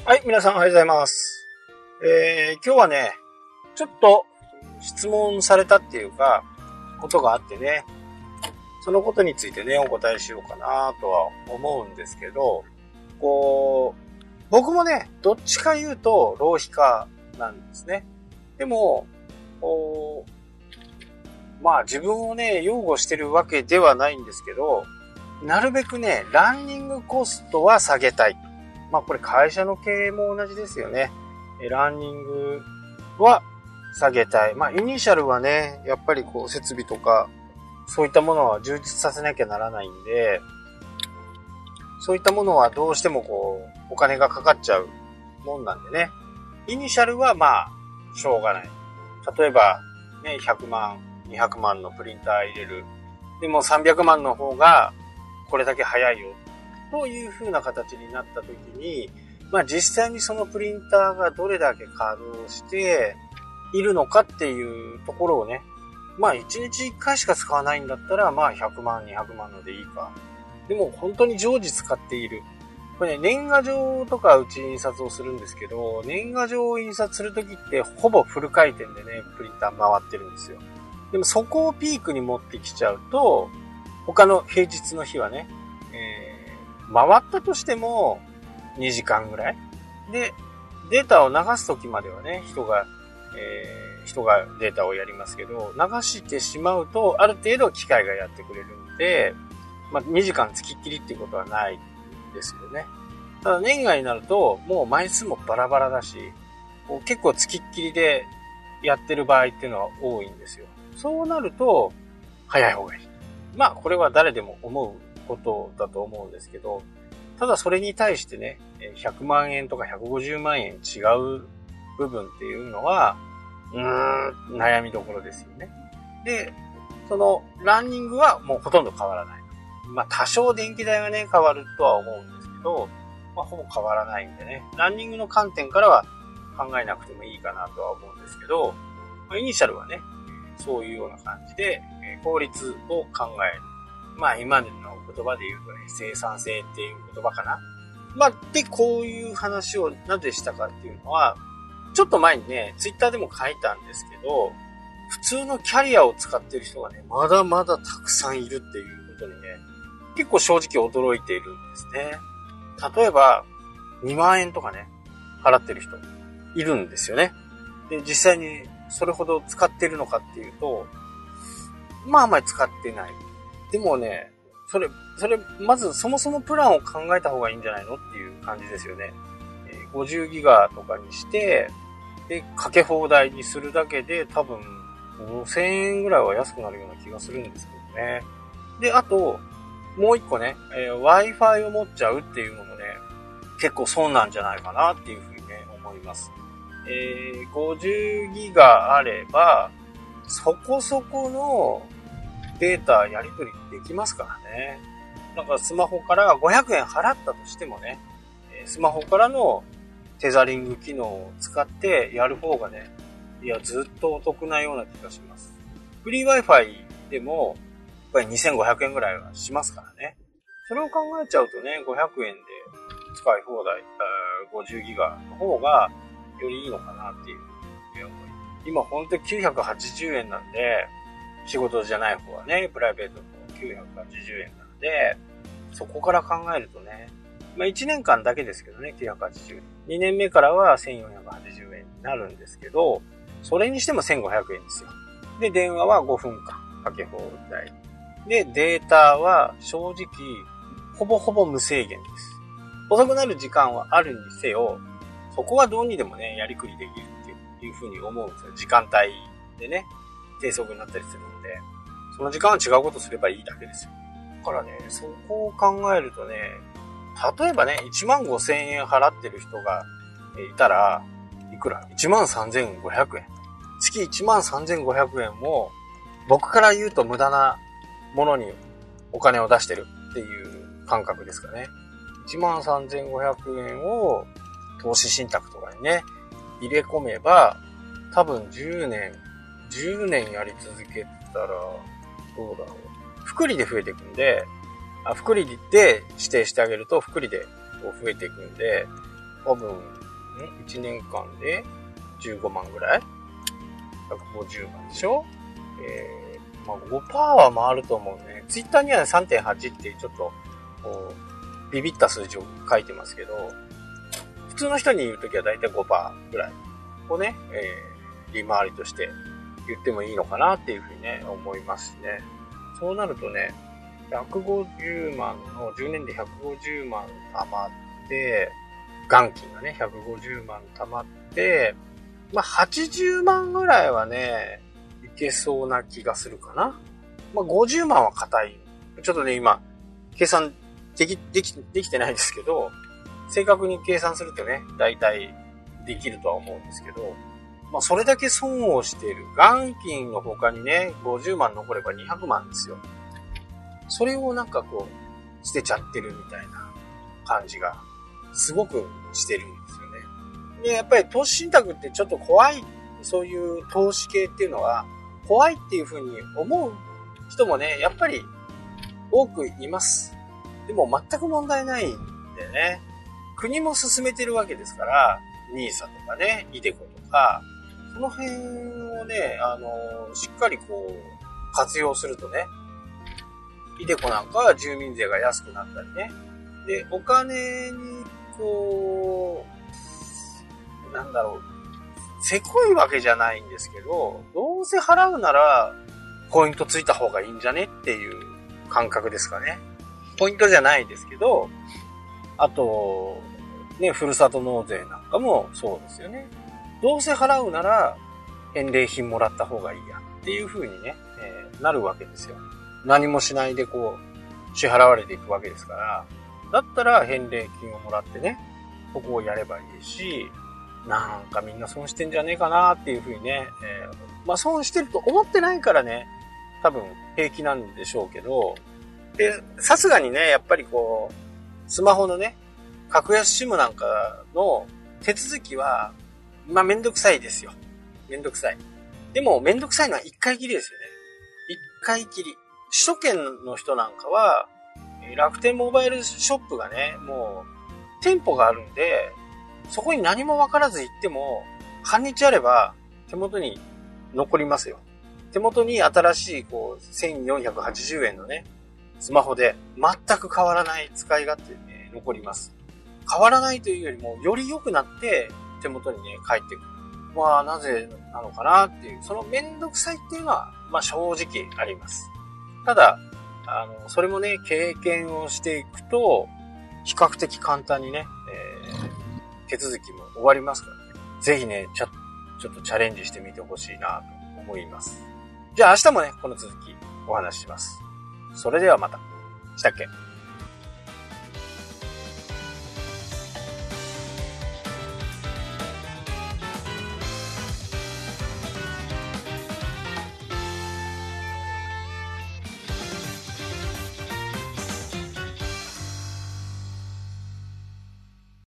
はい、皆さんおはようございます。今日はね、ちょっと質問されたっていうか、ことがあってね、そのことについてね、お答えしようかなとは思うんですけど、僕もね、どっちか言うと浪費家なんですね。でも、自分をね、擁護してるわけではないんですけど、なるべくね、ランニングコストは下げたい。これ会社の経営も同じですよね。ランニングは下げたい。イニシャルはね、やっぱり設備とか、そういったものは充実させなきゃならないんで、そういったものはどうしてもお金がかかっちゃうもんなんでね。イニシャルはしょうがない。例えば、ね、100万、200万のプリンター入れる。でも300万の方がこれだけ早いよ。という風な形になった時に、実際にそのプリンターがどれだけ稼働しているのかっていうところをね、1日1回しか使わないんだったら、100万、200万のでいいか。でも本当に常時使っている。これね、年賀状とかうち印刷をするんですけど、年賀状を印刷するときってほぼフル回転でね、プリンター回ってるんですよ。でもそこをピークに持ってきちゃうと、他の平日の日はね、回ったとしても2時間ぐらいで、データを流すときまではね、人がデータをやりますけど、流してしまうと、ある程度機械がやってくれるので、2時間付きっきりっていうことはないですよね。ただ年外になると、もう枚数もバラバラだし、結構付きっきりでやってる場合っていうのは多いんですよ。そうなると、早い方がいい。これは誰でも思うことだと思うんですけど、ただそれに対してね、100万円とか150万円違う部分っていうのは、悩みどころですよね。で、そのランニングはもうほとんど変わらない。多少電気代がね、変わるとは思うんですけど、ほぼ変わらないんでね、ランニングの観点からは考えなくてもいいかなとは思うんですけど、イニシャルはね、そういうような感じで、効率を考える。今までの言葉で言うとね、生産性っていう言葉かな。で、こういう話をなぜしたかっていうのは、ちょっと前にね、ツイッターでも書いたんですけど、普通のキャリアを使ってる人がね、まだまだたくさんいるっていうことにね、結構正直驚いているんですね。例えば、2万円とかね、払ってる人いるんですよね。で、実際にそれほど使ってるのかっていうと、あんまり使ってない。でもね、それ、まずそもそもプランを考えた方がいいんじゃないのっていう感じですよね。50ギガとかにして、で、かけ放題にするだけで多分5000円ぐらいは安くなるような気がするんですけどね。で、あと、もう一個ね、Wi-Fi を持っちゃうっていうのもね、結構損なんじゃないかなっていうふうにね、思います。50ギガあれば、そこそこのデータやり取りできますからね。だからスマホから500円払ったとしてもね、スマホからのテザリング機能を使ってやる方がね、ずっとお得なような気がします。フリー Wi-Fi でも、やっぱり2500円ぐらいはしますからね。それを考えちゃうとね、500円で使い放題、50ギガの方がよりいいのかなっていう思い。今ほんと980円なんで、仕事じゃない方はね、プライベートの980円なので、そこから考えるとね、1年間だけですけどね、980円。2年目からは1480円になるんですけど、それにしても1500円ですよ。で、電話は5分間かけ放題。で、データは正直、ほぼほぼ無制限です。遅くなる時間はあるにせよ、そこはどうにでもね、やりくりできるっていうふうに思うんですよ。時間帯でね、低速になったりするので、その時間は違うことすればいいだけですよ。だからね、そこを考えるとね、例えばね、15,000円払ってる人がいたら、いくら ?13,500 円。月13,500円も、僕から言うと無駄なものにお金を出してるっていう感覚ですかね。13,500 円を投資信託とかにね、入れ込めば、多分10年やり続けたら、どうだろう。複利で増えていくんで、複利で指定してあげると複利で増えていくんで、 多分、1年間で15万ぐらい ?150 万でしょまあ、5% は回ると思うね。ツイッターには 3.8 ってちょっと、こう、ビビった数字を書いてますけど、普通の人に言うときはだいたい 5% ぐらいをね、利回りとして言ってもいいのかなっていうふうにね、思いますね。そうなるとね、150万の10年で150万貯まって、元金がね、150万貯まって、まあ、80万ぐらいはね、いけそうな気がするかな。まあ、50万は硬い。ちょっとね、今、計算できてないですけど、正確に計算するとね、だいたいできるとは思うんですけど、まあ、それだけ損をしている。元金の他にね、50万残れば200万ですよ。それをなんかこう、捨てちゃってるみたいな感じが、すごくしてるんですよね。で、やっぱり投資信託ってちょっと怖い、そういう投資系っていうのは、怖いっていうふうに思う人もね、やっぱり多くいます。でも全く問題ないんでね、国も進めてるわけですから、NISA とかね、iDeCo とか、その辺をね、しっかりこう、活用するとね、iDeCo なんかは住民税が安くなったりね。で、お金に、こう、なんだろう、せこいわけじゃないんですけど、どうせ払うなら、ポイントついた方がいいんじゃねっていう感覚ですかね。ポイントじゃないですけど、あと、ね、ふるさと納税なんかもそうですよね。どうせ払うなら、返礼品もらった方がいいやっていう風にね、なるわけですよ。何もしないでこう、支払われていくわけですから、だったら返礼金をもらってね、ここをやればいいし、なんかみんな損してんじゃねえかなっていう風にね、まあ損してると思ってないからね、多分平気なんでしょうけど、で、さすがにね、やっぱりこう、スマホのね、格安 SIM なんかの手続きは、まあめんどくさいですよ。めんどくさい。でもめんどくさいのは一回きりですよね。一回きり。首都圏の人なんかは、楽天モバイルショップがね、もう店舗があるんで、そこに何も分からず行っても、半日あれば手元に残りますよ。手元に新しいこう1480円のね、スマホで全く変わらない使い勝手で、ね、残ります。変わらないというよりも、より良くなって手元にね、返ってくる。まあ、なぜなのかなっていう、そのめんどくさいっていうのは、まあ正直あります。ただ、それもね、経験をしていくと、比較的簡単にね、手続きも終わりますからね。ぜひね、ちょっとチャレンジしてみてほしいなと思います。じゃあ明日もね、この続きお話しします。それではまた。したっけ？